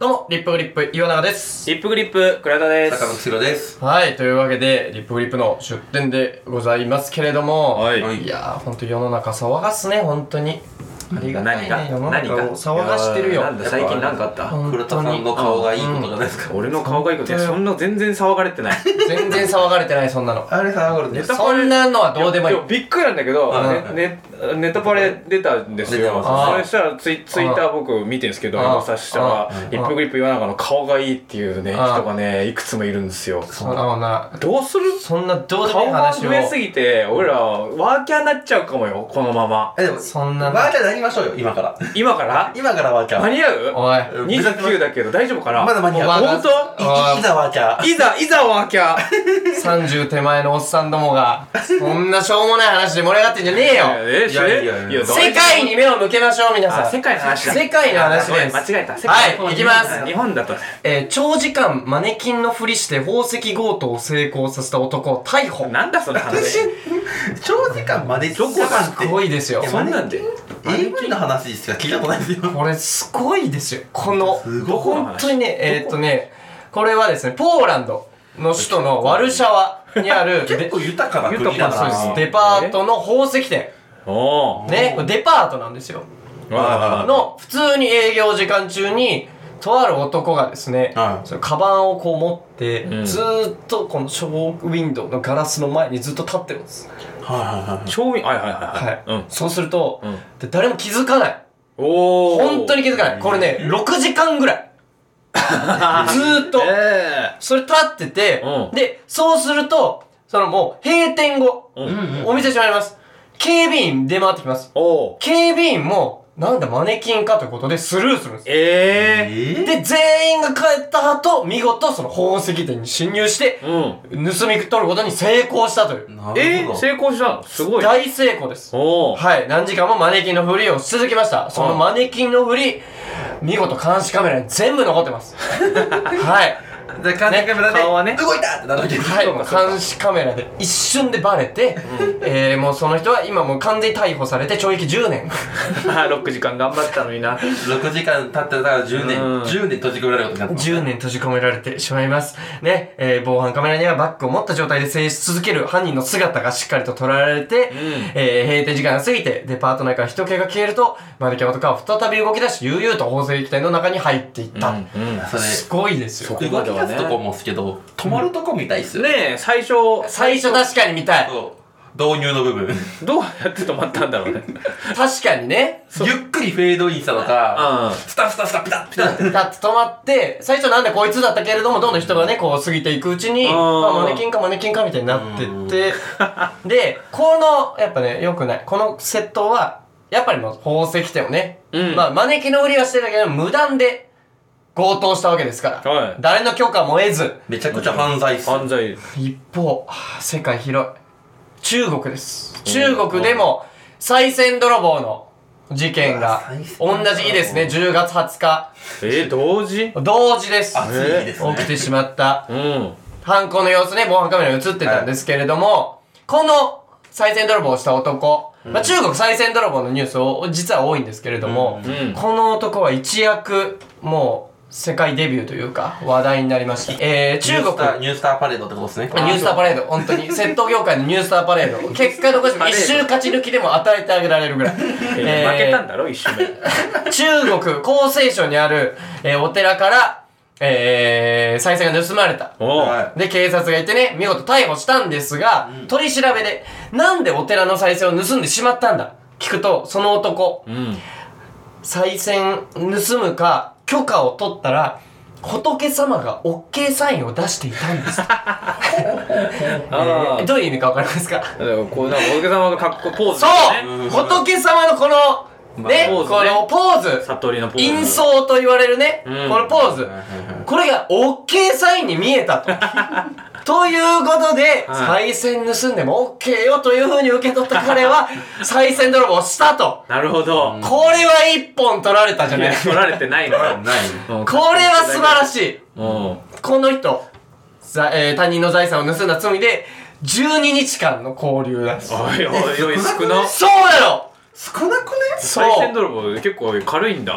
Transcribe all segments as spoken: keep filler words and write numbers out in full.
どうも、リップグリップ岩永です。 リップグリップ倉田です。 坂口です。 はい、というわけでリップグリップの出店でございますけれども、 はい、 いやー、ほんと世の中騒がすね、本当に。ありがたいね、世の中を騒がしてるよ。 なんだ最近なんかあった？ 倉田さんの顔がいいことがですか？ 俺の顔がいいこと、そんな全然騒がれてない。 全然騒がれてない、そんなの。 あれ騒がれてる。 そんなのはどうでもいい。 びっくりなんだけど、ネタパレ出たんですよ。それしたらツイッター僕見てるんですけど、今さしたらリップグリップ岩永の顔がいいっていうね人がねいくつもいるんですよ。 そんなどうする？ そんなどうでもいい話を。 顔が増えすぎて俺らワーキャーになっちゃうかもよ、このまま。 えでもそんなワーキャーなりましょうよ、今から。 今から今からワーキャー間に合う？ おいにじゅうきゅうだけど大丈夫かな？ まだ間に合う。 本当？ いざワーキャー。 いざいざワーキャー。 さんじゅう手前のおっさんどもがそんなしょうもない話で盛り上がってんじゃねえよ。 えいやいやいや、 世界に目を向けましょう皆さん。 世界の話だ。 世界の話です。 間違えた。 はい、行きます。 日本だと。 えー、長時間マネキンのふりして宝石強盗を成功させた男を逮捕。 なんだその話。 長時間マネキンってすごいですよ。 そんなんでエーブイ の話しか聞いたことないですよ。 これすごいですよ。このどこ本当にね、えー、っとねこれはですね、ポーランドの首都のワルシャワにある結構豊かな国だな。 そうです。デパートの宝石店。 おね、デパートなんですよ。 あの普通に営業時間中にとある男がですね、 はいそのカバンをこう持って、 うんずーっとこのショーウィンドウのガラスの前にずっと立ってるんです。 はいはいはい。 超いい。はいはいはいはい。 うん。 そうすると、 うんで誰も気づかない。 おー。 本当に気づかない。これね、ろくじかんぐらい。ずーっと。 えそれ立ってて、 うんで、そうすると、そのもう閉店後、 ー。うんうん。 お店閉まります。警備員出回ってきます。 おー。 警備員も、なんだマネキンかということでスルーするんです。 ええで、全員が帰った後、見事その宝石店に侵入して、 ー。うん。 盗み取ることに成功したという。 なえー、 るほど。 成功したの？すごい。 大成功です。 おー。 はい。何時間もマネキンのふりをし続けました。そのマネキンのふり、見事監視カメラに全部残ってます。はい。 で、監視カメラで、 顔はね動いたってなるわけです。 はい、 そうかそうか監視カメラで一瞬でバレて、えー、もうその人は今もう完全に逮捕されて懲役じゅうねん。 ろくじかん頑張ったのにな。 ろくじかん経ってたからじゅうねうんん、じゅうねん閉じ込められることになってます。 じゅうねん閉じ込められてしまいます。ね、えー、防犯カメラにはバッグを持った状態で制し続ける犯人の姿がしっかりと捉えられて、 うんえー、閉店時間が過ぎてデパート内から人気が消えると、マネキン男は再び動き出し、悠々と宝石店の中に入っていった。 うん。 それ、 すごいですよ。 そ動き出すとこもですけど、止まるとこみたいっすよ。 ねえ、最初、 最初確かに見たい。 そう導入の部分。 どうやって止まったんだろうね。 確かにね。 ゆっくりフェードインしたのか、 うん。 スタスタスタピタッピタッだって止まって、最初なんでこいつだったけれども、どんどん人がね、こう過ぎていくうちに、 うんまあマネキンかマネキンかみたいになってって、で、この、やっぱね、良くない。この窃盗は、やっぱりもう宝石店をね、 うんまあマネキンのふりはしてたけど、無断で強盗したわけですから、 はい誰の許可も得ず、 めちゃくちゃ犯罪っす。 犯罪。 一方、世界広い。中国です。中国でも、賽銭泥棒の事件が、同じ日ですね、じゅうがつはつか。 えー、同時？ 同時です。 暑い日ですね。 起きてしまった。 うん。 犯行の様子ね、防犯カメラに映ってたんですけれども、この賽銭泥棒をした男、まあ、中国賽銭泥棒のニュースを実は多いんですけれども、 うん。 この男は一躍、もう、世界デビューというか、話題になりました。えー、中国、 ニュースター、ニュースターパレードってことですね。 ニュースターパレード、本当に。窃盗業界のニュースターパレード。結果残して一周勝ち抜きでも与えてあげられるぐらい。 えー、負けたんだろ一瞬目。 中国、江西省にある、えー、お寺から、えー、賽銭が盗まれた。 おう。 はで、警察がいてね、見事逮捕したんですが、取り調べで、なんでお寺の賽銭を盗んでしまったんだ聞くと、その男、 うん。 賽銭盗むか、許可を取ったら、仏様が OK サインを出していたんです。 あえーどういう意味かわかりますか？ だからこうなんか仏様の格好ポーズそだよね。 う仏様のこの、ね、 まあポーズねこのポーズ、 悟りのポーズ。 陰相と言われるね、 うんこのポーズ、これが OK サインに見えたと。ということで、 はい賽銭盗んでも OK よという風に受け取った彼は、賽銭泥棒をしたと。 なるほど。 これは一本取られたじゃないですか。 取られてないのよ。 ない。 うんこれは素晴らしい。 うん。 この人、ざえー他人の財産を盗んだ罪で、じゅうににちかんの拘留だし。 おいおいおい、少な。 そうなの少なくね？ そう賽銭泥棒結構軽いんだ。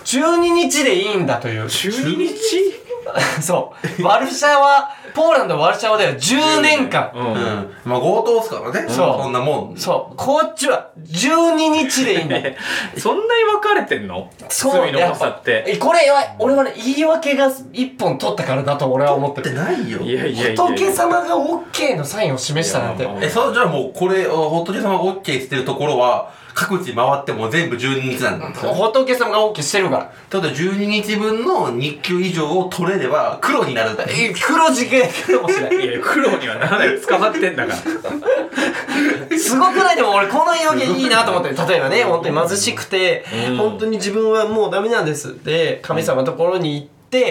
じゅうににちでいいんだという。 じゅうににちそうワルシャワポーランドワルシャワではじゅうねんかん、 うん、うん、まあ強盗っすからね。 そうそんなもん。 そうこっちはじゅうににちでいいんだそんなに分かれてんの？ そう罪の重さってえこれやばい俺はね言い訳が一本取ったからだと俺は思ってる。 ってないよ。 いやいやいや仏様が OK のサインを示したなんて。 え、そうじゃあもうこれ仏様が OK してるところは各地回っても全部じゅうににちなんだ。 仏様が OK してるから。 ただじゅうににちぶんの日給以上を取れれば黒になるんだ。 え黒字系かもしれない。 いや黒にはならない。捕まってんだからすごくない？でも俺この言い訳いいなと思って。例えばね本当に貧しくて、うん、本当に自分はもうダメなんですで神様のところに行って、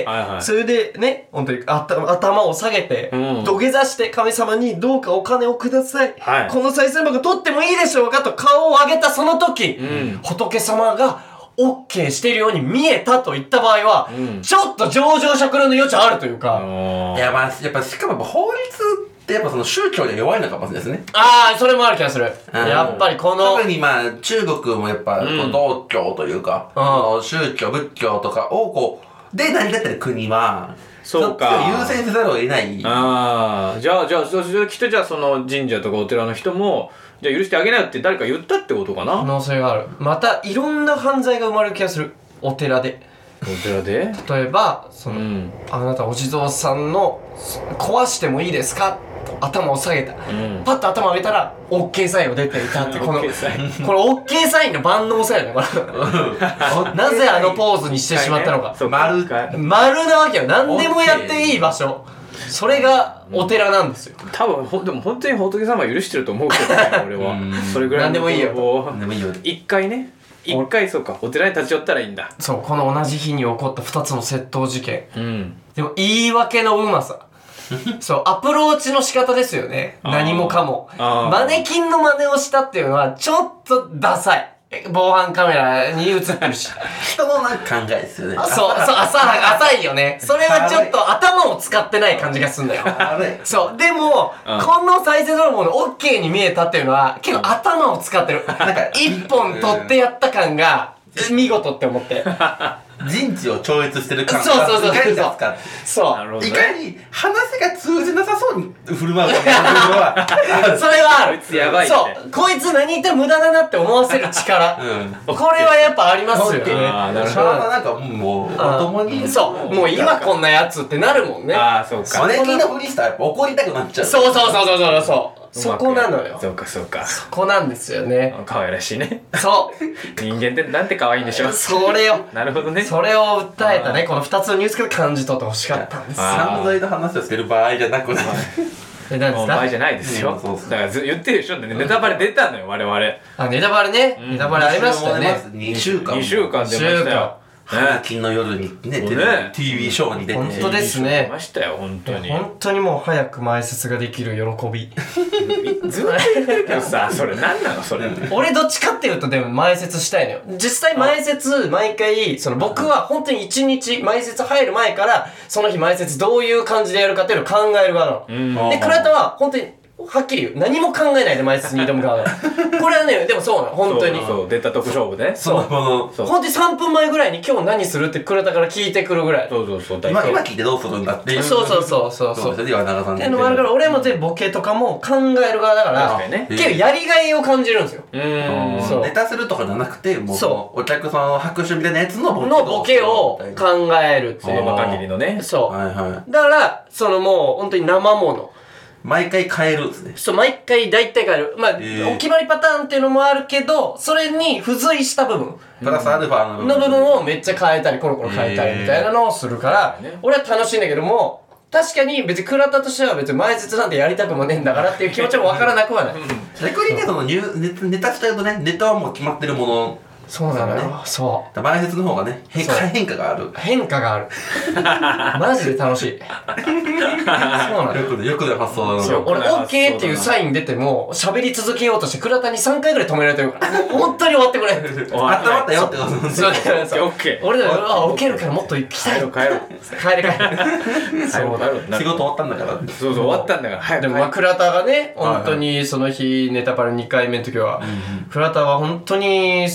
うんはいはい、それでね本当に頭を下げて、うん、土下座して神様にどうかお金をください、はい、この賽銭箱取ってもいいでしょうかと顔を上げたその時、うん、仏様がOK しているように見えたといった場合は、うん、ちょっと情状酌量の余地あるというか。 いやまあやっぱしかもやっぱ法律ってやっぱその宗教で弱いのかもしれないですね。 ああそれもある気がする。やっぱりこの特にまあ中国もやっぱ、うん、道教というか、うん、宗教仏教とかをこうで成り立ってる国はそうか優先せざるを得ない。 ああじゃあじゃあそきっとじゃあその神社とかお寺の人もじゃあ許してあげなよって誰か言ったってことかな。 可能性がある。またいろんな犯罪が生まれる気がする。お寺でお寺で例えばその、うん、あなたお地蔵さんの壊してもいいですかと頭を下げた、うん、パッと頭を上げたら OK サインを出ていたってこのこれ OK サインの万能さよねこれなぜあのポーズにしてしまったのか、 ね、丸丸なわけよ。何でもやっていい場所、それがお寺なんですよ。 多分ほでも本当に仏様は許してると思うけどね俺はそれぐらい何でもいいよ一回ね一回そうかお寺に立ち寄ったらいいんだ。 そうこの同じ日に起こったふたつの窃盗事件、うん、でも言い訳のうまさそうアプローチの仕方ですよね。何もかもマネキンの真似をしたっていうのはちょっとダサい。防犯カメラに映ってるし人のなんか考えですよね。 そうそう浅, 浅いよね。それはちょっと頭を使ってない感じがすんだよそうでも、うん、この再生ドラマの OK に見えたっていうのは結構頭を使ってる。なんか一本取ってやった感が見事って思って人知を超越してる感がそうそうそうそうそういかに話が通じなさそうに振る舞うかっていうのはそれはある。 こいつやばいってそうこいつ何言っても無駄だなって思わせる力、うん、これはやっぱありますよね。 あなるほど。なんかもうまともにそうもう今こんなやつってなるもんね。 ああそうか。 マネキンのふりしたらやっぱ怒りたくなっちゃう。 そうそうそうそうそうそうそこなのよ。 そうかそうかそこなんですよね。 可愛らしいね。 そう人間ってなんて可愛いんでしょう。 それをなるほどね。 それを訴えたねこのふたつのニュースから感じ取ってほしかったんです。 散財の話をしてる場合じゃなくないえ何ですか。 場合じゃないですよ。そうそうだからず言ってるでしょ。ネタバレ出たのよ我々。 あネタバレね、うん、ネタバレありましたね。 にしゅうかんにしゅうかん出ましたよ。 花金の夜にね、テレビ、ティービー ショーに出て本当ですね。 出ましたよ本当に。 本当にもう早く前説ができる喜び。 ずっと言ってるけどさ、それ何なのそれ。 俺どっちかっていうとでも前説したいのよ。実際前説毎回その僕は本当に一日前説入る前からその日前説どういう感じでやるかっていうのを考える側なの。で倉田は本当にはっきり言う何も考えないで前説に挑む側なの。これはねでもそうなの本当に。 そうそう出た特勝負ね。 そうそう本当にさんぷんまえぐらいに今日何するって倉田から聞いてくるぐらい。 そうそうそう今今聞いてどうするんだっていう。 そうそうそうそうそうそう岩永さんっていうのもあるから俺も全部ボケとかも考える側だから結構やりがいを感じるんですよ。 うんそうネタするとかじゃなくてもうお客さんの拍手みたいなやつのボケのボケを考えるっていうその場限りのね。 そうはいはいだからそのもう本当に生もの毎回変えるんですね。 そう毎回大体変える。まあ、えー、お決まりパターンっていうのもあるけどそれに付随した部分プラスアルファの部分をめっちゃ変えたりコロコロ変えたりみたいなのをするから、えー、俺は楽しいんだけども確かに別に倉田としては別に前説なんてやりたくもねえんだからっていう気持ちも分からなくはない。 逆にねそのネネタしちゃうとねネタはもう決まってるものそうなのよ、ね、そう前説の方がね変化変化がある変化があるマジで楽しいそうなのよくよくで発想だな。 そう俺 OK っていうサイン出ても喋り続けようとして倉田にさんかいぐらい止められてるからもう本当に終わってくれあったまったよってことそうそうそう OK 俺でもあ受けるからもっと行きたい帰ろう帰ろう帰れ帰れそうだ仕事終わったんだからそうそう終わったんだから早くでもまあ倉田がね本当にその日ネタパレにかいめの時は倉田は本当にその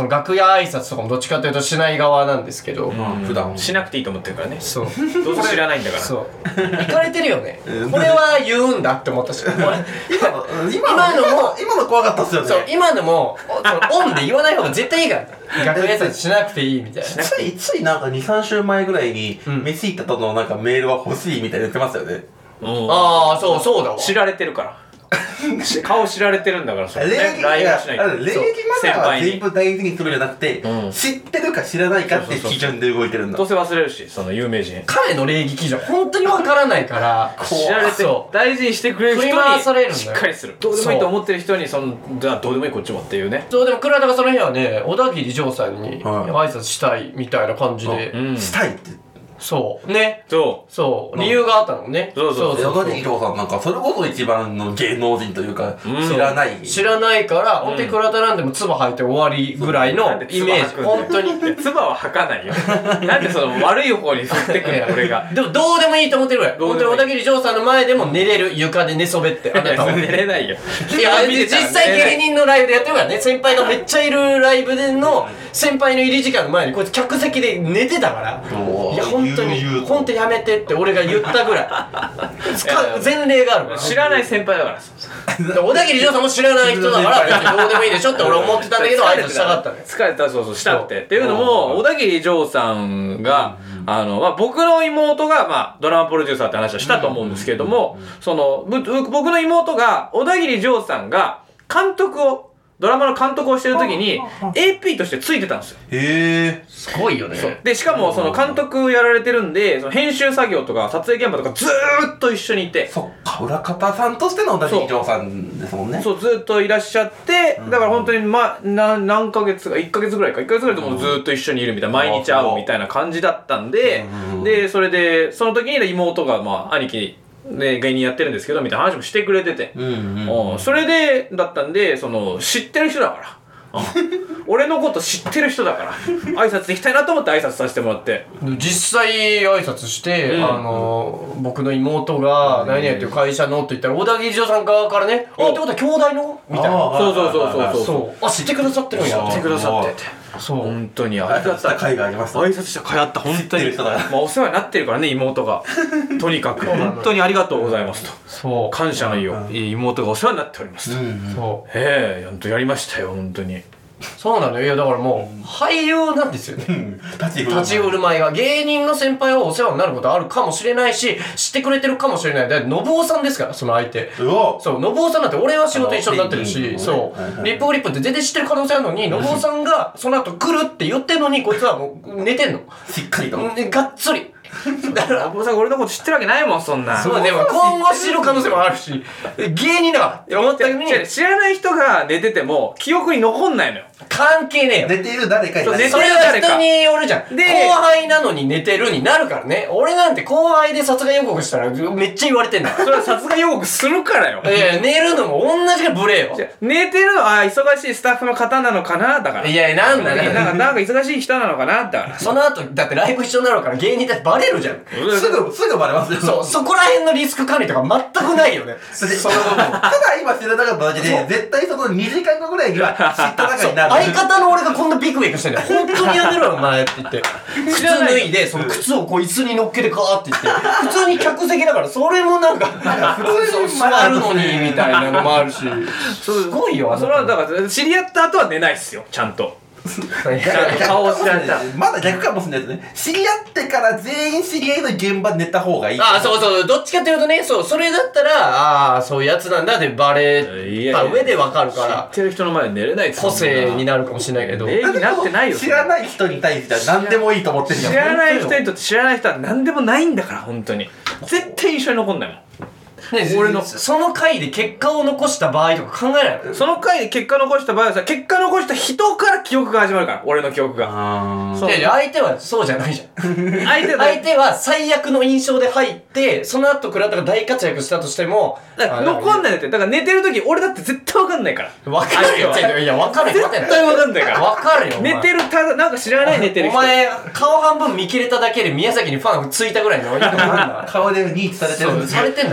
の楽屋挨拶とかもどっちかというとしない側なんですけど、うん、 普段しなくていいと思ってるからね。 そうどうせ知らないんだからそう行かれてるよねこれは言うんだって思ったし今の今のも今の怖かったっすよね。 そう今のもそのオンで言わない方が絶対いいから楽屋挨拶しなくていいみたいなついついなんかにさんしゅうまえぐらいに、うん、飯行ったとのなんかメールは欲しいみたいな言ってましたよね。 ああそうそうだわ知られてるから顔知られてるんだからそれね礼儀ライブはしないと礼儀マナーは全部大事にするんじゃなくて、うん、知ってるか知らないかって基準で動いてるんだ。 どうせ忘れるしその有名人彼の礼儀基準本当にわからないから知られて大事にしてくれる人にしっかりするどうでもいいと思ってる人にそのじゃあどうでもいいこっちもっていうね。 そうでも倉田がその日はね小田切丈さんに挨拶したいみたいな感じで、 うん、したいってそうねそうそう理由があったのね。 そうそうそう小田切丈さんなんかそれこそ一番の芸能人というか、うん、知らない知らないから本当に倉田なんでも唾吐いて終わりぐらいのイメージ本当に唾は吐かないよなんでその悪い方に振ってくるの俺がでもどうでもいいと思ってるぐらい本当に小田切丈さんの前でも寝れる床で寝そべってあなたは寝れないよいや実際芸人のライブでやってるからね先輩がめっちゃいるライブでの先輩の入り時間の前にこうやって客席で寝てたからいや本当に本当にやめてって俺が言ったぐらい前例があるから知らない先輩だから小田切丈さんも知らない人だから別にどうでもいいでしょって俺思ってたんだけど挨拶したかったね疲れたそうそうしたってっていうのも小田切丈さんがあの、まあ、僕の妹が、まあ、ドラマプロデューサーって話はしたと思うんですけれどもその僕の妹が小田切丈さんが監督をドラマの監督をしてる時に エーピー としてついてたんですよ。 へーすごいよね。 でしかもその監督やられてるんでその編集作業とか撮影現場とかずーっと一緒にいてそっか裏方さんとしての小田切丈さんですもんね。 そうずっといらっしゃってだから本当にまな何ヶ月かいっかげつぐらいかいっかげつぐらいでもずーっと一緒にいるみたいな毎日会うみたいな感じだったんででそれでその時に妹がまあ兄貴で芸人やってるんですけどみたいな話もしてくれてて、うんうん、それでだったんでその知ってる人だから俺のこと知ってる人だから挨拶できたいなと思って挨拶させてもらって実際挨拶して、うん、あの僕の妹が何々っていう会社のって言ったら小田切丈さん側からね「あってことは兄弟の?」みたいなそうそうそうそうそうあ知ってくださってるんや知ってくださっててそう本当にありがたい会がありました。 挨拶した会あった本当にまあお世話になってるからね妹がとにかく本当にありがとうございますとそう感謝の意を妹がお世話になっておりますとそうへえ本当やりましたよ本当にそうなのよ。いやだからもう俳優なんですよね立ち振る舞いが芸人の先輩はお世話になることあるかもしれないし知ってくれてるかもしれない。だって信夫さんですからその相手そう信夫さんなんて俺は仕事一緒になってるしそうリップグリップって全然知ってる可能性あるのに信夫さんがその後来るって言ってんのにこいつはもう寝てんのしっかりとがっつりだから信夫さん俺のこと知ってるわけないもんそんなそうでも今後知る可能性もあるし芸人だから思ったように知らない人が寝てても記憶に残んないのよ関係ねえよ寝ている誰かにそれは人によるじゃんで後輩なのに寝てるになるからね俺なんて後輩で殺害予告したらめっちゃ言われてんだそれは殺害予告するからよいや寝るのも同じがブレよ寝てるのは忙しいスタッフの方なのかなだからいやなんだねなんかなんか忙しい人なのかなだからその後だってライブ一緒になるから芸人たちバレるじゃんすぐすぐバレますよそうそこら辺のリスク管理とか全くないよねそのただ今知らなかっただけで絶対そのにじかんごぐらいには知った中になる相方の俺がこんなビクビクしてんだよ本当にやめろよお前って言って靴脱いでその靴をこう椅子に乗っけてガーって言って普通に客席だからそれもなんか普通に座るのにみたいなのもあるしすごいよそれはだから知り合った後は寝ないっすよちゃんと顔を知られたまだ逆かもしれないですね知り合ってから全員知り合いの現場で寝た方がいいああそうそうどっちかっていうとねそうそれだったらああそういうやつなんだってバレた上で分かるから知ってる人の前で寝れない個性になるかもしれないけど礼儀なってないよ知らない人に対しては何でもいいと思ってるじゃん知らない人にとって知らない人は何でもないんだから本当に絶対一緒に残んないもんね、俺のその回で結果を残した場合とか考えないのその回で結果残した場合はさ結果残した人から記憶が始まるから俺の記憶があそう相手はそうじゃないじゃん相手相手は最悪の印象で入ってその後倉田が大活躍したとしても残んないってだから寝てる時俺だって絶対分かんないから分かるよいや分かるよ絶対分かんないから分かるよ寝てるただなんか知らない寝てる人お前顔半分見切れただけで宮崎にファンついたぐらいの顔で認知されてるんですされてんだろえ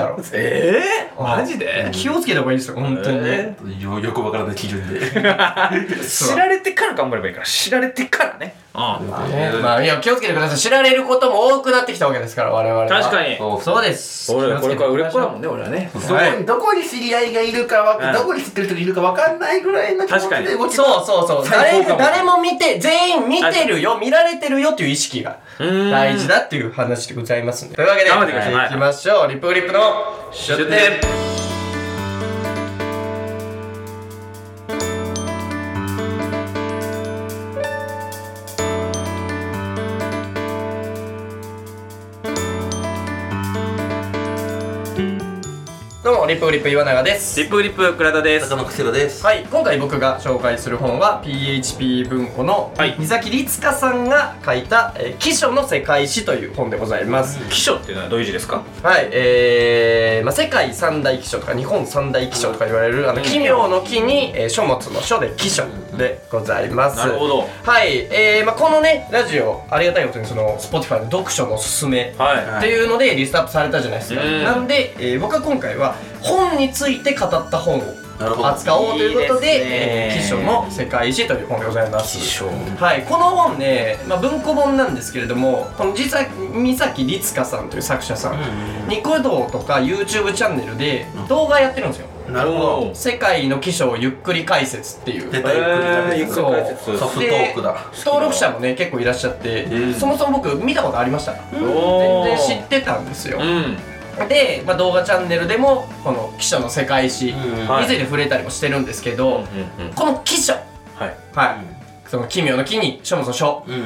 えー、マジで気をつけた方がいいですよ本当にね、 よよくわからない基準で知られてから頑張ればいいから知られてからねまあね、まあいや気をつけてください。知られることも多くなってきたわけですから我々は。 確かにそうです。 俺らこれから売れっ子だもんね俺はね。 どこにどこに知り合いがいるかわ、どこに知ってる人がいるかわかんないぐらいの気持ちで動きそうそうそう誰誰も見て全員見てるよ見られてるよっていう意識が大事だっていう話でございますんで。というわけで頑張っていきましょう。 行きましょう。リップグリップの出店。どうもリップグリップ岩永です。 リップグリップ倉田です。 中野久です。 はい、今回僕が紹介する本は ピーエイチピー 文庫の三崎律香さんが書いた「えー、起書の世界史」という本でございます。 起書っていうのはどういう字ですか？ はい、えーまあ、世界三大起書とか日本三大起書とか言われるあの奇妙の木に、えー、書物の書で起書でございます。 なるほど。 はい、えーまあ、このねラジオありがたいことにその Spotify の読書のおすすめっていうのでリストアップされたじゃないですか。なんで、えー、僕は今回は本について語った本を扱おうということで、起書の世界史という本でございます。はい、この本ね、まあ、文庫本なんですけれども、この実は三崎律香さんという作者さん、うん、ニコ動とか YouTube チャンネルで動画やってるんですよ。 なるほど。 世界の起書をゆっくり解説っていう。 出たゆっくり解説。 そう。 ソフトークだ。 登録者もね結構いらっしゃって、うん、そもそも僕見たことありました。うん、全然知ってたんですよ。うんで、まあ、動画チャンネルでもこの起書の世界史について触れたりもしてるんですけど、この起書、はいはい、その奇妙の木に書物の書、うんうん、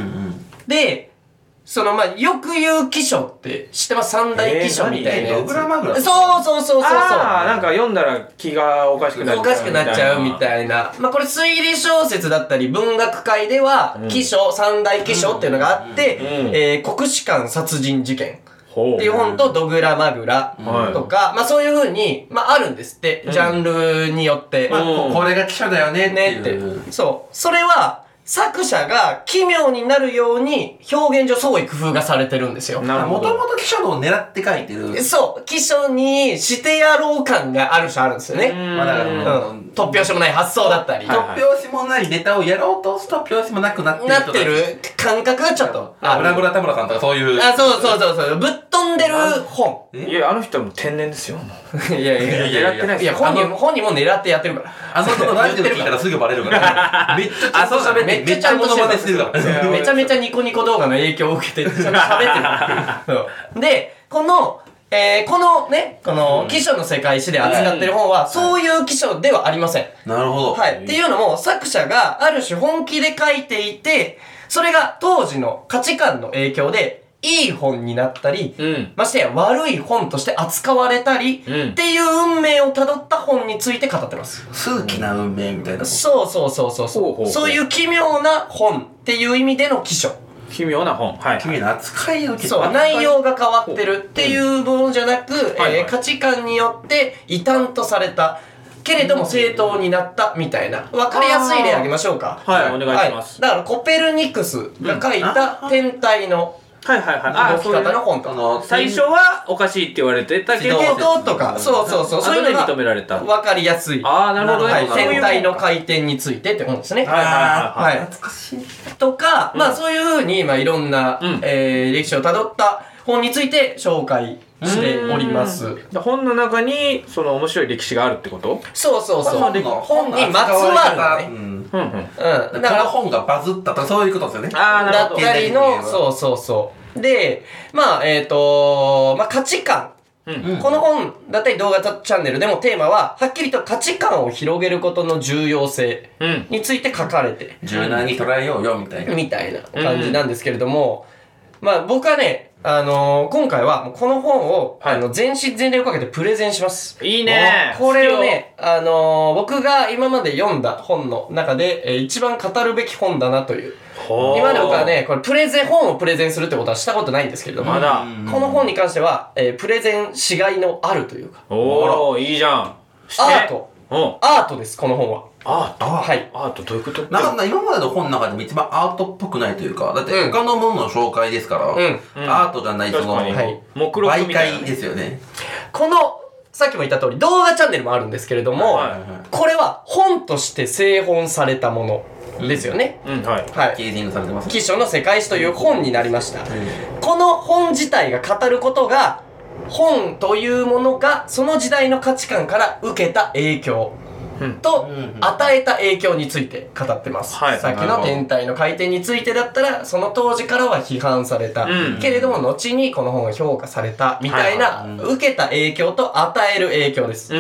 でそのまあよく言う起書って知ってます？三大起書みたいなやつ。 ドグラマグラ。 そうそうそうそうそう。 ああなんか読んだら気がおかしくなっちゃう。 おかしくなっちゃうみたいな。まあこれ推理小説だったり文学界では起書、三大起書っていうのがあって、えー、国士舘殺人事件。っていう本とドグラマグラとか、まあそういう風に、まああるんですって、ジャンルによって。 まあこれが記者だよねっていう。 そう。それは、作者が奇妙になるように表現上創意工夫がされてるんですよ。 なるほど。もともと記者を狙って書いてる。 そう。記書にしてやろう感がある種あるんですよね。まあだから、うん。突拍子もない発想だったり。 突拍子もないネタをやろうとすと突拍子もなくなってる。 なってる感覚がちょっと。 あ、村村田村さんとかそういう。 あ、そうそうそうそう。ぶっ飛んでる本。 いや、あの人はもう天然ですよ。 いやいやいや、狙ってないですよ。いや、本人、本人も狙ってやってるから。 あの人のラジオ聞いたらすぐバレるから。めっちゃちゃんと喋って、めっちゃちゃんとしてるから。 めちゃめちゃニコニコ動画の影響を受けて、ちゃんと喋ってる。で、この、えー、このね、この、起書の世界史で扱ってる本は、そういう起書ではありません。 なるほど。 はい。っていうのも、作者がある種本気で書いていて、それが当時の価値観の影響で、いい本になったり、うん、ましてや悪い本として扱われたり、うん、っていう運命をたどった本について語ってます。 数奇な運命みたいな。 そうそうそうそうそう。ほうほうほう。そういう奇妙な本っていう意味での起書。 奇妙な本。はい。 奇妙な扱いを受けてそう、内容が変わってるっていうものじゃなく、うんえーはいはい、価値観によって異端とされた。けれども正当になったみたいな。わかりやすい例あげましょうか。 はい、お願いします。 はい、だからコペルニクスが書いた天体の、 はいはいはい。 動き方の本とか。 最初はおかしいって言われてたけど、 とか、そうそうそう。そういうのが認められた。 わかりやすい。 ああ、なるほどね。 天体の回転についてって本ですね。 はいはいはい。 懐かしい。とか、まあそういう風に、まあいろんな、え歴史をたどった本について紹介しております。 本の中に、その面白い歴史があるってこと？ そうそうそう。本にまつわるね。うんうん。 だから本がバズったとかそういうことですよね。 ああ、なるほど。だったりの、そうそうそう。で、まあ、えっと、まあ価値観。この本だったり動画チャンネルでもテーマは、はっきりと価値観を広げることの重要性について書かれて。 柔軟に捉えようよ、みたいな。 みたいな感じなんですけれども、まあ僕はね、あのー、今回はこの本を、はい、あの全身全霊をかけてプレゼンします。 いいね。 これをね、あのー、僕が今まで読んだ本の中で、えー、一番語るべき本だなという。今まで僕はね、これプレゼン、本をプレゼンするってことはしたことないんですけれども、 まだこの本に関しては、えー、プレゼンしがいのあるというか。 おー、いいじゃん。 アート。アートです、この本は。 アートはい。 アートどういうこと？ なんか今までの本の中でも一番アートっぽくないというか、だって他のものの紹介ですから、うん、アートじゃないその、はい、媒介ですよね。 このさっきも言った通り動画チャンネルもあるんですけれども、 はいはい、 これは本として製本されたものですよね。 うん、はい。 はい。ケージングされてます。 起承の世界史という本になりました。うん、この本自体が語ることが、本というものがその時代の価値観から受けた影響と与えた影響について語ってます。はい、さっきの天体の回転についてだったら、その当時からは批判された。うん、けれども、後にこの本が評価されたみたいな、受けた影響と与える影響です。うん、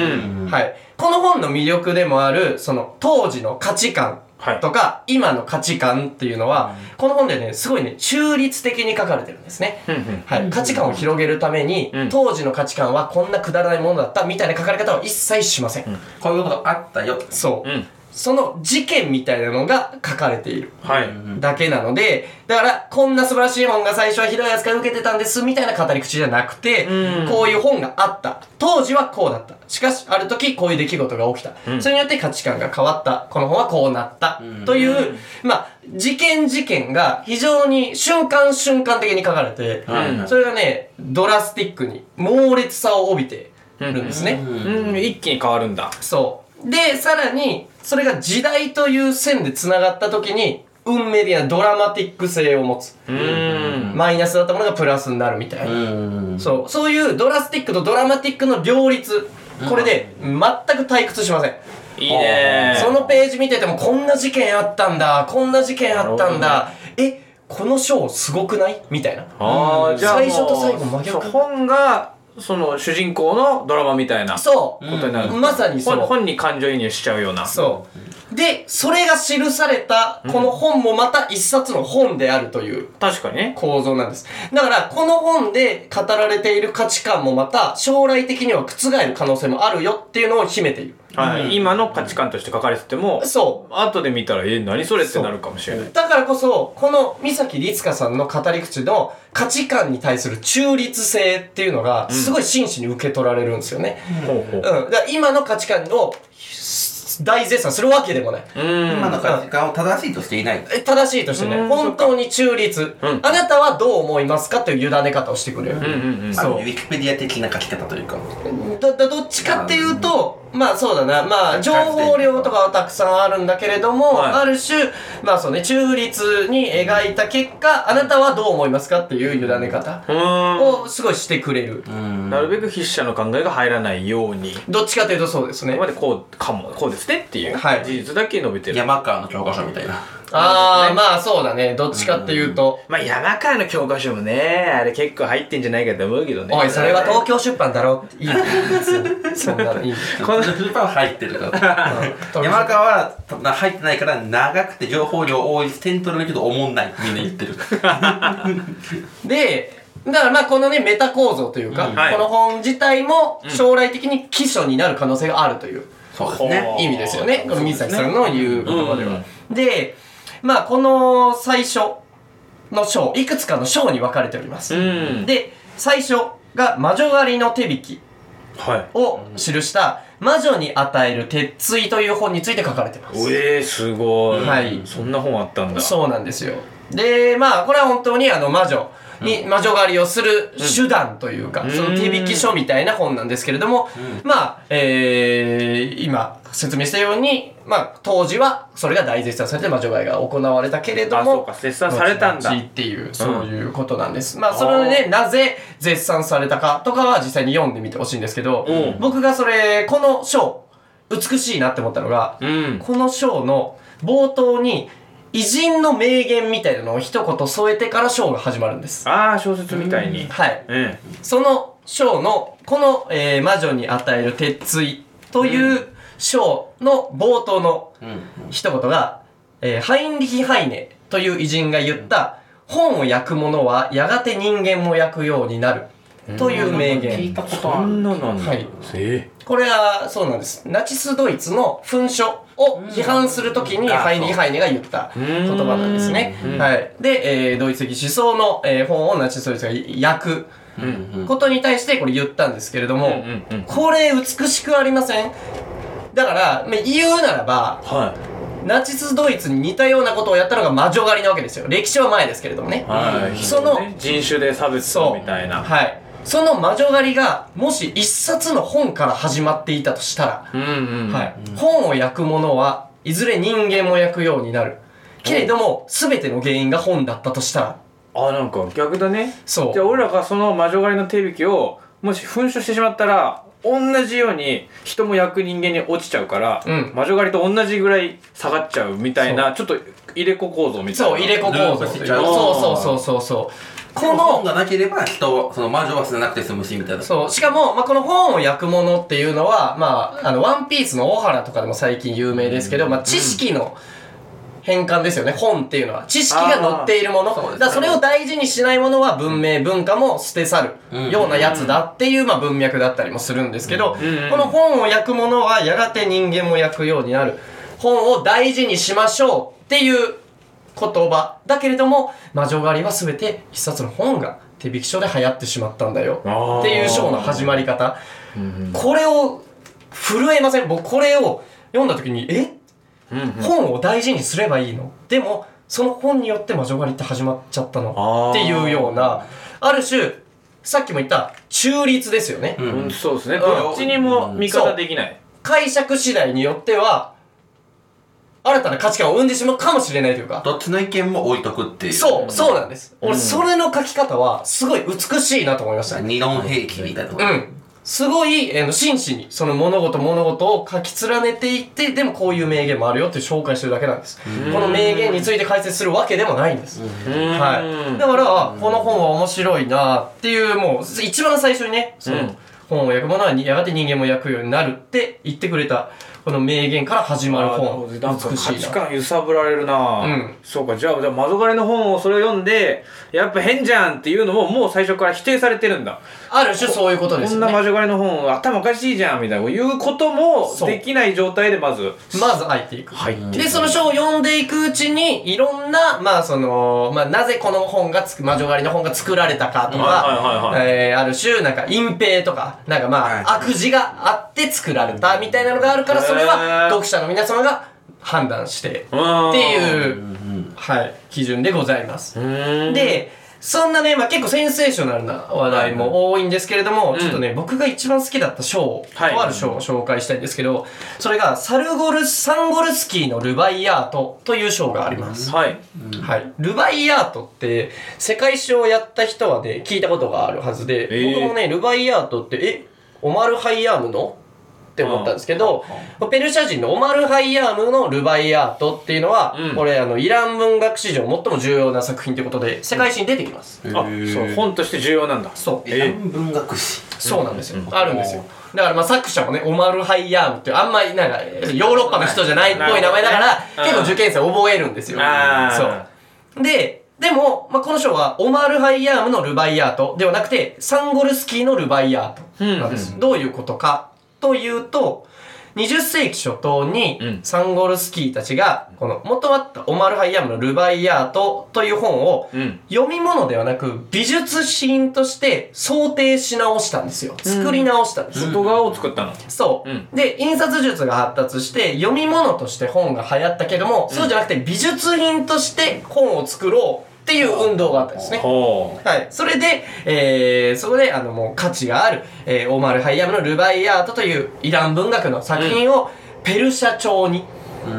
はい。この本の魅力でもある、その当時の価値観とか、はい、今の価値観っていうのは、うん、この本でね、すごいね、中立的に書かれてるんですね。はい。価値観を広げるために、うん、当時の価値観はこんなくだらないものだったみたいな書かれ方は一切しません。うん、 こういうことがあったよ。 そう。うん、その事件みたいなのが書かれている。はい。だけなので、だから、こんな素晴らしい本が最初はひどい扱いを受けてたんですみたいな語り口じゃなくて、うん、こういう本があった。当時はこうだった。しかし、ある時こういう出来事が起きた。うん、それによって価値観が変わった。この本はこうなった。うん、という、まあ、事件事件が非常に瞬間瞬間的に書かれて、うん、それがね、ドラスティックに猛烈さを帯びてるんですね。 うんうん、一気に変わるんだ。 そう。で、さらに、それが時代という線で繋がった時に、運命的なドラマティック性を持つ。うーん。マイナスだったものがプラスになるみたいな。うん。そう。そういうドラスティックとドラマティックの両立。これで、全く退屈しません。 いいねー。 そのページ見てても、こんな事件あったんだ。こんな事件あったんだ。え、この章すごくないみたいな。 ああ、じゃあ最初と最後真逆。 本が、その主人公のドラマみたいなそうことになる、 うん、まさにそう。 本に感情移入しちゃうような。 そうでそれが記されたこの本もまた一冊の本であるという確かにね構造なんです。だからこの本で語られている価値観もまた将来的には覆る可能性もあるよっていうのを秘めている。 はい、うん、今の価値観として書かれててもそう後で見たらえ何それってなるかもしれない。 だからこそこの三崎律香さんの語り口の価値観に対する中立性っていうのがすごい真摯に受け取られるんですよね。うんうん、だから今の価値観を大絶賛するわけでもない。 今の価値観を正しいとしていない。 正しいとしてね。本当に中立、うん。あなたはどう思いますかという委ね方をしてくれる。うんうんうん、そう。ウィキペディア的な書き方というか。 だ、だ、どっちかっていうと、まあそうだな。まあ情報量とかはたくさんあるんだけれども、はい、ある種、まあそうね、中立に描いた結果、あなたはどう思いますかっていう委ね方をすごいしてくれる。 なるべく筆者の考えが入らないように。 どっちかというとそうですね。 ここまでこうかも、こうですねっていう事実だけ述べてる。 山川の教科書みたいな。 ああ、まあそうだね。どっちかっていうと。 まあ山川の教科書もね、あれ結構入ってんじゃないかと思うけどね。 おい、それは東京出版だろ。いいね。そんなのいいね。 この出版は入ってるから。山川は入ってないから長くて情報量多い点取るけどおもんない。みんな言ってる。 で、だからまあこのねメタ構造というか、うんはい、この本自体も将来的に基礎になる可能性があるという、 そうですね、 意味ですよね。この水崎さんの言う言葉では。うん、で、まあこの最初の章、いくつかの章に分かれております。うん、で、最初が魔女狩りの手引きを記した魔女に与える鉄槌という本について書かれています。 えー、すごい。 はい。 そんな本あったんだ。 そうなんですよ。で、まあこれは本当にあの魔女に魔女狩りをする手段というか、うん、その手引き書みたいな本なんですけれども、うん、まあ、えー、今説明したように、まあ当時はそれが大絶賛されて魔女狩りが行われたけれども、あ、 そうか、絶賛されたんだっていう、そういうことなんです。うん、まあそれをね、なぜ絶賛されたかとかは実際に読んでみてほしいんですけど、うん、僕がそれ、この章、美しいなって思ったのが、うん、この章の冒頭に、偉人の名言みたいなのを一言添えてから章が始まるんです。 ああ、小説みたいに。 はい。うん、その章の、この、えー、魔女に与える鉄槌という章の冒頭の一言が、えー、ハインリヒ・ハイネという偉人が言った、本を焼く者はやがて人間も焼くようになるという名言。 聞いたことある。 そんななんだ。 はい。これはそうなんです。ナチスドイツの紛書を批判するときにハインリヒ・ハイネが言った言葉なんですね。はい。で、えー、ドイツ的思想の、えー、本をナチスドイツが焼くことに対してこれ言ったんですけれども、これ美しくありません？だから、まあ、言うならば、はい、ナチスドイツに似たようなことをやったのが魔女狩りなわけですよ。歴史は前ですけれどもね。 はい。その、ね、人種で差別みたいな。 はい。 その魔女狩りがもし一冊の本から始まっていたとしたら、 うんうんはい、本を焼くものはいずれ人間も焼くようになるけれども全ての原因が本だったとしたら、 あ、なんか逆だね。 そうじゃあ俺らがその魔女狩りの手引きをもし噴射してしまったら同じように人も焼く人間に落ちちゃうから、 うん、 魔女狩りと同じぐらい下がっちゃうみたいな、ちょっと入れ子構造みたいな。 そう入れ子構造っていう、そうそうそうそうそうこの本がなければ人その魔女は死ななくて済むしみたいな。 そうしかも、まあ、この本を焼くものっていうのは、まあ、あのワンピースの大原とかでも最近有名ですけど、まあ、知識の変換ですよね、本っていうのは知識が載っているもの、だからそれを大事にしないものは文明文化も捨て去るようなやつだっていう、まあ、文脈だったりもするんですけど、この本を焼くものはやがて人間も焼くようになる、本を大事にしましょうっていう言葉だけれども、魔女狩りは全て一冊の本が手引き書で流行ってしまったんだよっていう章の始まり方、これを震えません？僕これを読んだ時にえ、うんうん、本を大事にすればいいの？でもその本によって魔女狩りって始まっちゃったのっていうような、ある種さっきも言った中立ですよね、 うんうん、そうですね、どっちにも味方できない、うん、 解釈次第によっては新たな価値観を生んでしまうかもしれないというか、 どっちの意見も置いとくっていう。 そう、そうなんです。うん、俺、それの書き方は、すごい美しいなと思いました。 二論兵器みたいな。 うん。すごい、えー、真摯に、その物事物事を書き連ねていって、でもこういう名言もあるよって紹介してるだけなんです。この名言について解説するわけでもないんです。はい。だから、この本は面白いなっていう、もう、一番最初にね、その、本を焼くものはやがて人間も焼くようになるって言ってくれた。この名言から始まる本、美しいな。 価値観揺さぶられるな、うん、そうか、じゃあ、じゃあ魔女狩りの本をそれを読んで、やっぱ変じゃんっていうのももう最初から否定されてるんだ。 ある種そういうことですよね。 こんな魔女狩りの本頭おかしいじゃんみたいないうこともできない状態でまずまず入っていく。 入っていく。 で、その書を読んでいくうちにいろんな、まあその、まあなぜこの本がつ魔女狩りの本が作られたかとか、えー、ある種なんか隠蔽とか、なんかまあ、はい、悪事があって作られたみたいなのがあるから、それは読者の皆様が判断してっていう、はい、基準でございます。で、そんなね、まあ、結構センセーショナルな話題も多いんですけれども、うん、ちょっとね、僕が一番好きだった賞、はい、とある賞を紹介したいんですけど、それがサルゴルス、サンゴルスキーのルバイアートという賞があります。はい。はい。ルバイアートって、世界史をやった人はね、聞いたことがあるはずで、えー、僕もね、ルバイアートって、え、オマル・ハイヤームのって思ったんですけど、ペルシャ人のオマル・ハイヤームのルバイアートっていうのは、うん、これあのイラン文学史上最も重要な作品ということで世界史に出てきます。 あ、そう、本として重要なんだ。 そう。 イラン文学史。 そうなんですよ。うん、あるんですよ。だからまあ作者もね、オマル・ハイヤームっていうあんまりなんかヨーロッパの人じゃないっぽい名前だから、結構受験生覚えるんですよ。そう。で、でも、まあ、この賞はオマル・ハイヤームのルバイアートではなくてサンゴルスキーのルバイアートなんです。うんうん、どういうことかというと、にじゅっせいき初頭にサンゴルスキーたちがこの元あったオマル・ハイヤームのルバイアートという本を読み物ではなく美術品として想定し直したんですよ。作り直したんです。 外側を作ったの。 そう、うん、で印刷術が発達して読み物として本が流行ったけども、うん、そうじゃなくて美術品として本を作ろうっていう運動があったんですね。はい。それで、えー、そこで、あの、もう価値がある、えー、オマル・ハイヤムのルバイアートというイラン文学の作品をペルシャ調に、うん、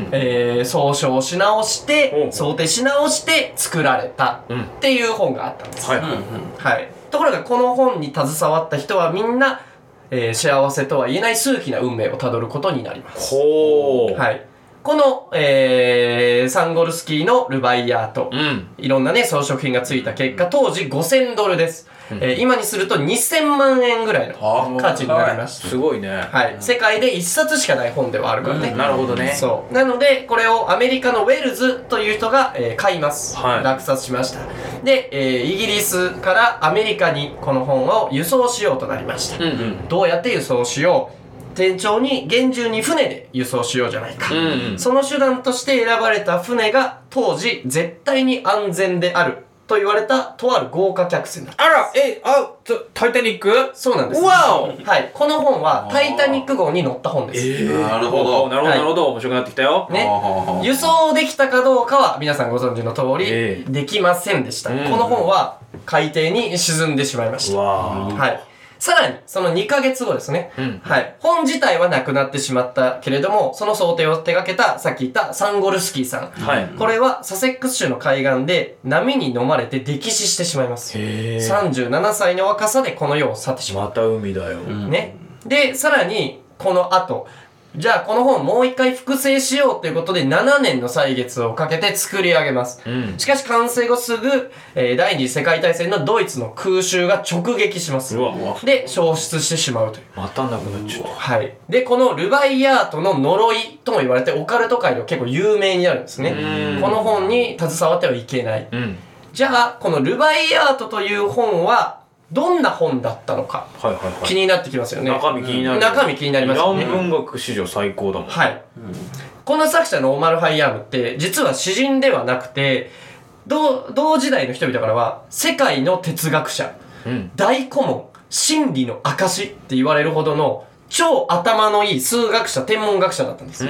えー、総称し直して、想定し直して作られたっていう本があったんです。はい。はい。ところが、この本に携わった人はみんな、えー、幸せとは言えない数奇な運命をたどることになります。ほー。はい。この、えー、サンゴルスキーのルバイアート、うん、いろんなね装飾品がついた結果当時ごせんドルです、うん、えー、今にするとにせんまんえんぐらいの価値になりました。 すごいね。 はい、世界でいっさつしかない本ではあるからね、 うん、なるほどね。 そうなのでこれをアメリカのウェルズという人が、えー、買います、はい、落札しました。で、えー、イギリスからアメリカにこの本を輸送しようとなりました、うんうん、どうやって輸送しよう。店長に厳重に船で輸送しようじゃないか、うんうん、その手段として選ばれた船が当時絶対に安全であると言われたとある豪華客船だった。 あら、え、あ、タイタニック？ そうなんです。 わお！ はい、この本はタイタニック号に乗った本です。 えー、なるほど。 なるほど、なるほど。面白くなってきたよ。 ね。輸送できたかどうかは皆さんご存知の通り、えー、できませんでした。うん、この本は海底に沈んでしまいました。 わはい。さらに、そのにかげつごですね。 うん、 はい。本自体はなくなってしまったけれども、その想定を手掛けた、さっき言ったサンゴルスキーさん。 はい。 これはサセックス州の海岸で波に飲まれて溺死してしまいます。 へー。 さんじゅうななさいの若さでこの世を去ってしまう。 また海だよ。 ね。で、さらに、この後、じゃあこの本もう一回複製しようということでななねんの歳月をかけて作り上げます。 うん、 しかし完成後すぐ、えー、第二次世界大戦のドイツの空襲が直撃します。 うわで、消失してしまうという。 またなくなっちゃう。 はい。で、このルバイアートの呪いとも言われてオカルト界では結構有名になるんですね。この本に携わってはいけない。 うん、 じゃあ、このルバイアートという本はどんな本だったのか、 はいはいはい、 気になってきますよね。 中身気になる。 中身気になりますよね。 イラン文学史上最高だもん。 はい。うん、この作者のオマル・ハイヤームって実は詩人ではなくて、同、同時代の人々からは世界の哲学者、うん、大顧問、真理の証って言われるほどの超頭のいい数学者、天文学者だったんです。はい。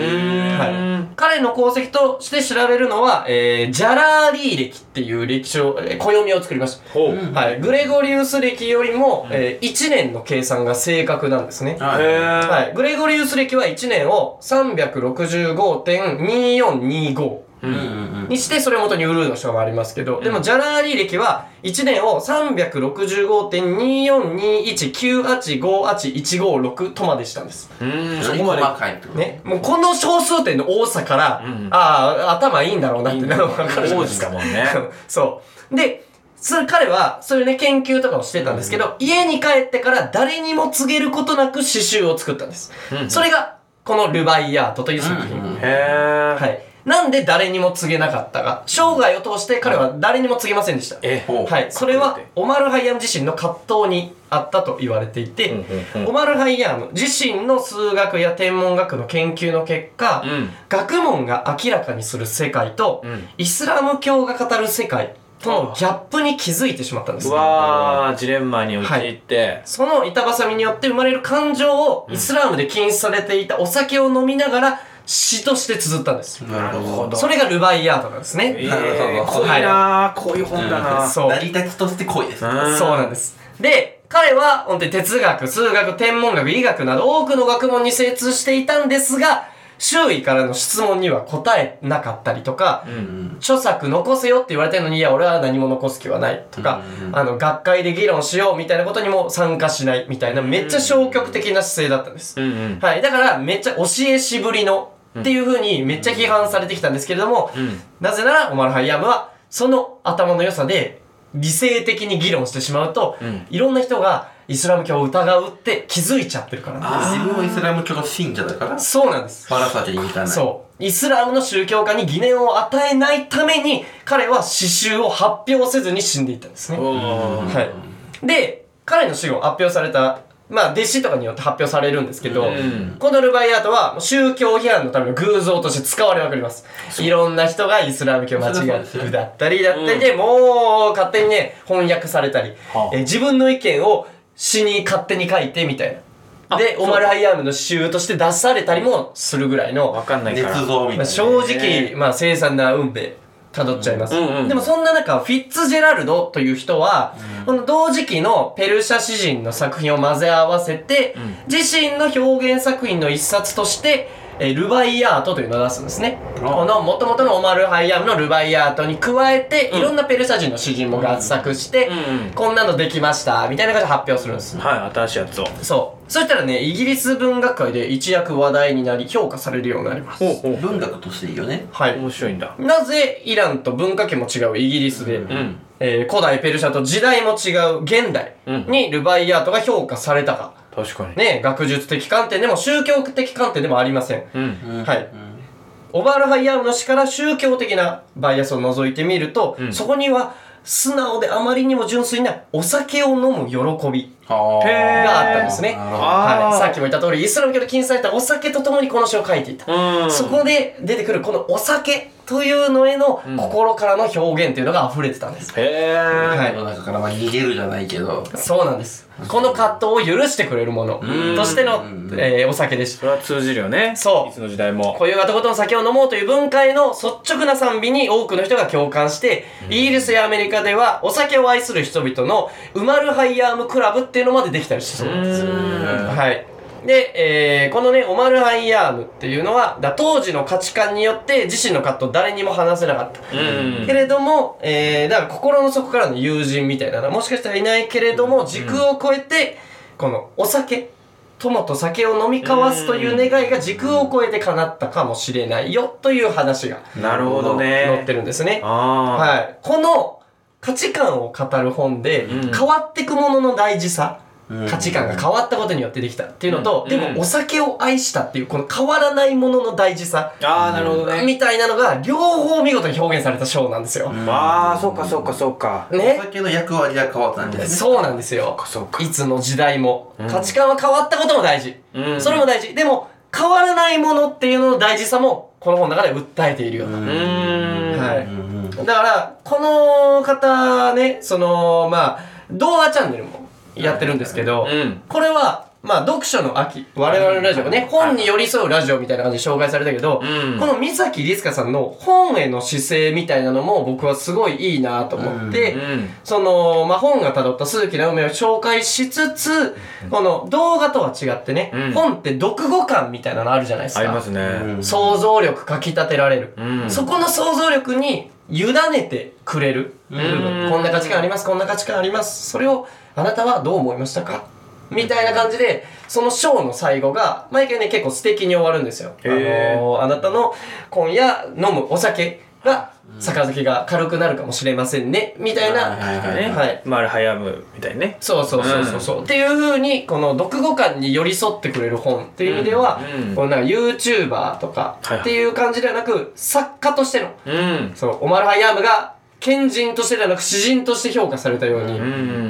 彼の功績として知られるのは、えー、ジャラーリー歴っていう歴史を、えー、暦を作りました。はい。グレゴリウス歴よりも、えー、いちねんの計算が正確なんですね。はい。グレゴリウス歴はいちねんを さんびゃくろくじゅうごてんによんにご。にしてそれを元にウルーの書もありますけど、でもジャラーリー歴はいちねんを さんびゃくろくじゅうごてんによんにいちきゅうはちごはちいちごろくとまでしたんです。 うん、そこまで細かいってことね。もうこの小数点の多さから、うん、ああ、頭いいんだろうなってなるのが分かるじゃないですか。 王子だもんね。 そう。で、それ彼はそういうね、研究とかをしてたんですけど、うん、家に帰ってから誰にも告げることなく詩集を作ったんです。うん、それが、このルバイアートという作品。うんうん、 へー。 はい。なんで誰にも告げなかったか。生涯を通して彼は誰にも告げませんでした。 えはい。それは、オマル・ハイヤーム自身の葛藤にあったと言われていて、うんうんうん、オマル・ハイヤーム自身の数学や天文学の研究の結果、うん、学問が明らかにする世界と、うん、イスラム教が語る世界とのギャップに気づいてしまったんです。 うわー、ジレンマに陥って、はい。その板挟みによって生まれる感情を、イスラムで禁止されていたお酒を飲みながら、詩として綴ったんです。 なるほど。 それがルバイアートなんですね。 えー、なるほど。濃いなー、こういう本だなー。 そう。 成り立ちとして濃いですね。 そうなんです。で、彼は本当に哲学、数学、天文学、医学など多くの学問に精通していたんですが、周囲からの質問には答えなかったりとか、うんうん、著作残せよって言われてるのに、いや、俺は何も残す気はないとか、うんうん、あの、学会で議論しようみたいなことにも参加しないみたいな、めっちゃ消極的な姿勢だったんです。うんうん、はい。だから、めっちゃ教えしぶりの、っていう風にめっちゃ批判されてきたんですけれども、うん、なぜならオマル・ハイヤームはその頭の良さで理性的に議論してしまうと、うん、いろんな人がイスラム教を疑うって気づいちゃってるからなんです。 自分はイスラム教の信者だから。 そうなんです。 バラサジに行かない。 そう。イスラムの宗教家に疑念を与えないために彼は詩集を発表せずに死んでいったんですね。はい。で、彼の死後発表されたまあ、弟子とかによって発表されるんですけど、うん、このルバイアートは宗教批判のための偶像として使われまくります。いろんな人がイスラム教間違ってるだったりだったりで、うん、もう勝手にね、翻訳されたり、はあ、え自分の意見を詩に勝手に書いてみたいな。で、オマル・ハイヤームの詩集として出されたりもするぐらいの、 わかんないから。 捏造みたいな、ね。 まあ、正直、まあ、凄惨な運命。辿っちゃいます、うんうんうん。でもそんな中、フィッツジェラルドという人は、うん、この同時期のペルシャ詩人の作品を混ぜ合わせて、うん、自身の表現作品の一冊として、えー、ルバイアートというのを出すんですね。この元々のオマル・ハイヤームのルバイアートに加えて、うん、いろんなペルシャ人の詩人も合作して、うんうん、こんなのできましたみたいな感じで発表するんです。 はい、新しいやつを。 そう。そしたらね、イギリス文学界で一躍話題になり、評価されるようになります。 ほうほう、文学としていいよね。 はい。 面白いんだ。 なぜイランと文化圏も違うイギリスで、うん、えー、古代ペルシャと時代も違う現代にルバイアートが評価されたか。 確かに。 ね、学術的観点でも宗教的観点でもありません。うん。はい。うん、オマル・ハイヤームの詩から宗教的なバイアスを除いてみると、うん、そこには素直であまりにも純粋なお酒を飲む喜びがあったんですね。はい。さっきも言った通り、イスラム教で禁止されたお酒とともにこの詩を書いていた。そこで出てくるこのお酒というのへの心からの表現っていうのが溢れてたんです。 へえ。 はい。 世の中からまあ逃げるじゃないけど。 そうなんです。この葛藤を許してくれるものとしての、えー、お酒でした。 それは通じるよね。 そう。 いつの時代も。 こういうがとことん酒を飲もうという文化への率直な賛美に多くの人が共感して、イギリスやアメリカではお酒を愛する人々のウマルハイヤームクラブっていうのまでできたりしてそうなんです。はい。で、えー、このね、オマルハイヤームっていうのは、だ当時の価値観によって自身の葛藤を誰にも話せなかった。けれども、えー、だから心の底からの友人みたいなのはもしかしたらいないけれども、時空を超えて、このお酒、友と酒を飲み交わすという願いが時空を超えて叶ったかもしれないよという話が、 なるほどね。 載ってるんですね。 あはい。この価値観を語る本で、変わっていくものの大事さ、価値観が変わったことによってできたっていうのと、でもお酒を愛したっていうこの変わらないものの大事さ、 ああ、なるほどね。 みたいなのが両方見事に表現された章なんですよ。 ああ、そうかそうかそうか。 ね。 お酒の役割が変わったんですね。 そうなんですよ。 そうか。 いつの時代も価値観は変わったことも大事。 うん、 それも大事。でも変わらないものっていうのの大事さもこの本の中で訴えているような。 うーん。 はい。だからこの方ね、そのまあ動画チャンネルもやってるんですけど、うん、これはまあ読書の秋、我々のラジオがね、本に寄り添うラジオみたいな感じで紹介されたけど、うん、この三崎律香さんの本への姿勢みたいなのも僕はすごいいいなと思って、うん、その、まあ本が辿った数奇な運命を紹介しつつ、この動画とは違ってね、うん、本って読後感みたいなのあるじゃないですか。 ありますね。 想像力かき立てられる。うん、そこの想像力に委ねてくれる部分。こんな価値観あります、こんな価値観あります。それをあなたはどう思いましたかみたいな感じで、その章の最後が、毎回ね、結構素敵に終わるんですよ。あのー、あなたの今夜飲むお酒が、杯が軽くなるかもしれませんね。みたいな。 はい。マルハヤムみたいね。 そうそうそうそうそう、うん。っていう風に、この読後感に寄り添ってくれる本っていう意味では、うんうん、このなんか YouTuber とかっていう感じではなく、作家としての、うん、そう、オマルハイヤームが、賢人としてではなく詩人として評価されたように、うん、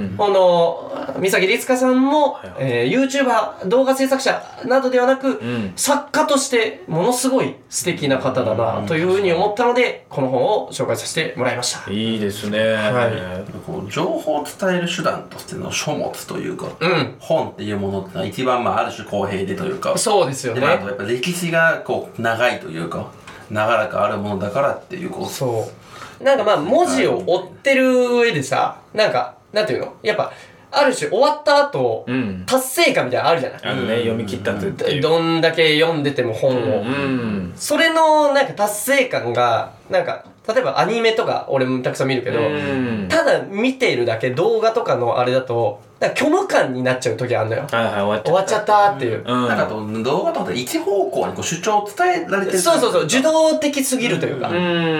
この三崎律香さんも、はいはい、えー、YouTuber 動画制作者などではなく、うん、作家としてものすごい素敵な方だなというふうに思ったので、この本を紹介させてもらいました。 いいですね、 はい、こう情報を伝える手段としての書物というか、うん、本っていうものってのは一番、まあ、ある種公平でというか、 そうですよね。 で、あとやっぱ歴史がこう長いというか長らくあるものだからっていうこう、 そうなんかまあ文字を追ってる上でさ、なんか、なんていうのやっぱ、ある種終わった後、うん、達成感みたいなのあるじゃない、 あるね、読み切ったっていう。 どんだけ読んでても本を。うんうん、それのなんか達成感が、なんか、例えばアニメとか俺もたくさん見るけど、うん、ただ見ているだけ動画とかのあれだと、なんか虚無感になっちゃう時あるのよ。 はいはい、終わっちゃった。 終わっちゃったっていう。 うん、なんかと動画とかって一方向にこう主張を伝えられてる。 そうそうそう、受動的すぎるというか。うん、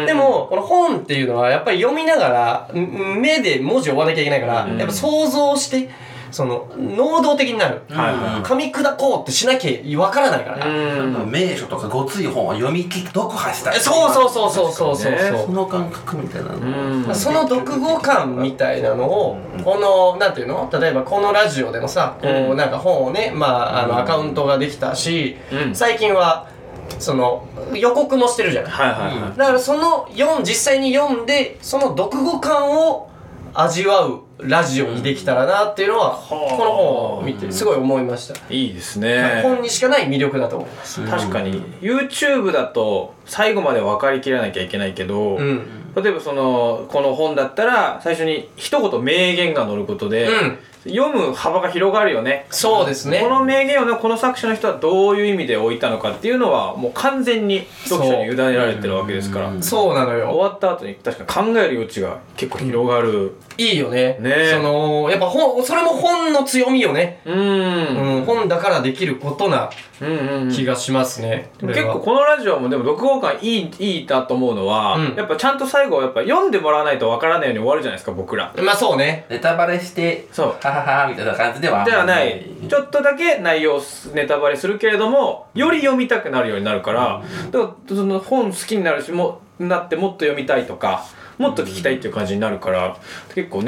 でも、この本っていうのはやっぱり読みながら、目で文字を追わなきゃいけないから、うん、やっぱ想像して、その能動的になる、はいはい、噛み砕こうってしなきゃ分からないからね。 名所とかごつい本は読み切って読破したい。 そうそうそうそうそうそう、ね、 その感覚みたいなの、 その読後感みたいなのを、このなんていうの、例えばこのラジオでもさ、こうなんか本をね、まああのアカウントができたし、最近はその予告もしてるじゃない、はいはいはい、だからその読ん実際に読んでその読後感を味わうラジオにできたらなっていうのは、この本を見てすごい思いました。 いいですね。 本にしかない魅力だと思います。 確かに YouTube だと最後まで分かりきらなきゃいけないけど、うん、例えばそのこの本だったら最初に一言名言が載ることで、うん、読む幅が広がるよね。 そうですね。 この名言をね、この作者の人はどういう意味で置いたのかっていうのはもう完全に読者に委ねられてるわけですから。 そうなのよ。 終わった後に確かに考える余地が結構広がる。うん、 いいよね。ね。そのやっぱ本、それも本の強みよね。うん。うん、本だからできることな気がしますね。 うんうん、結構このラジオもでも読後感いいいいなと思うのは、うん、やっぱちゃんと最後やっぱ読んでもらわないとわからないように終わるじゃないですか、僕ら。 まあそうね。 ネタバレして、そう。はははみたいな感じでは。 ではない。ちょっとだけ内容ネタバレするけれども、より読みたくなるようになるから、うん、だからその本好きになるしもなってもっと読みたいとか。もっと聞きたいっていう感じになるから、結構ね、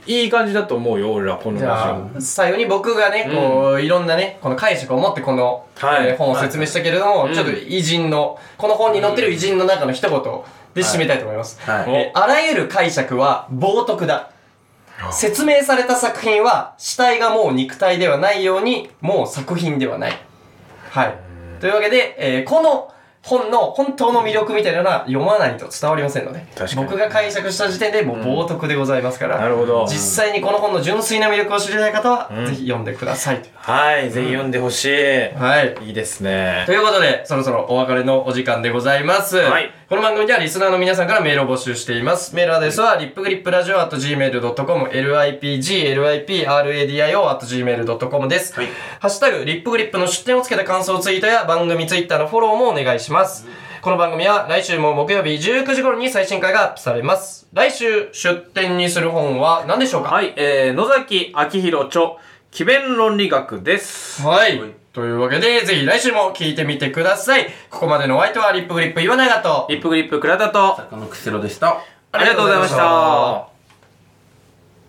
いい感じだと思うよ俺らこのじゃラあ最後に僕がね、こういろんなねこの解釈を持ってこの、 はいえー本を説明したけれども、 いちょっと偉人のこの本に載ってる偉人の中の一言で締めたいと思います、 はいえーあらゆる解釈は冒涜だ。説明された作品は死体がもう肉体ではないようにもう作品ではない。はいというわけで、えーこの本の本当の魅力みたいなのは読まないと伝わりませんので、 確かに僕が解釈した時点でもう冒涜でございますから、 なるほど実際にこの本の純粋な魅力を知りたい方は、ぜひ読んでください。 はいぜひ読んでほしい、 はい。 いいですねということで、そろそろお別れのお時間でございます。 はいこの番組ではリスナーの皆さんからメールを募集しています。メールアドレスは、リップグリップラジオ アットジーメールドットコム、エルアイピージーエルアイピーアールエーディーアイオー アットジーメールドットコム です。 はいハッシュタグ、リップグリップの出典をつけた感想ツイートや番組ツイッターのフォローもお願いします。この番組は来週も木曜日じゅうくじ頃に最新回がアップされます。来週出典にする本は何でしょうか？ はい、えー、野崎昭弘著奇弁論理学ですはい。というわけで、ぜひ来週も聞いてみてください。ここまでのお相手はリップグリップ岩永と、 リップグリップ倉田と坂のくせろでした。 ありがとうございました。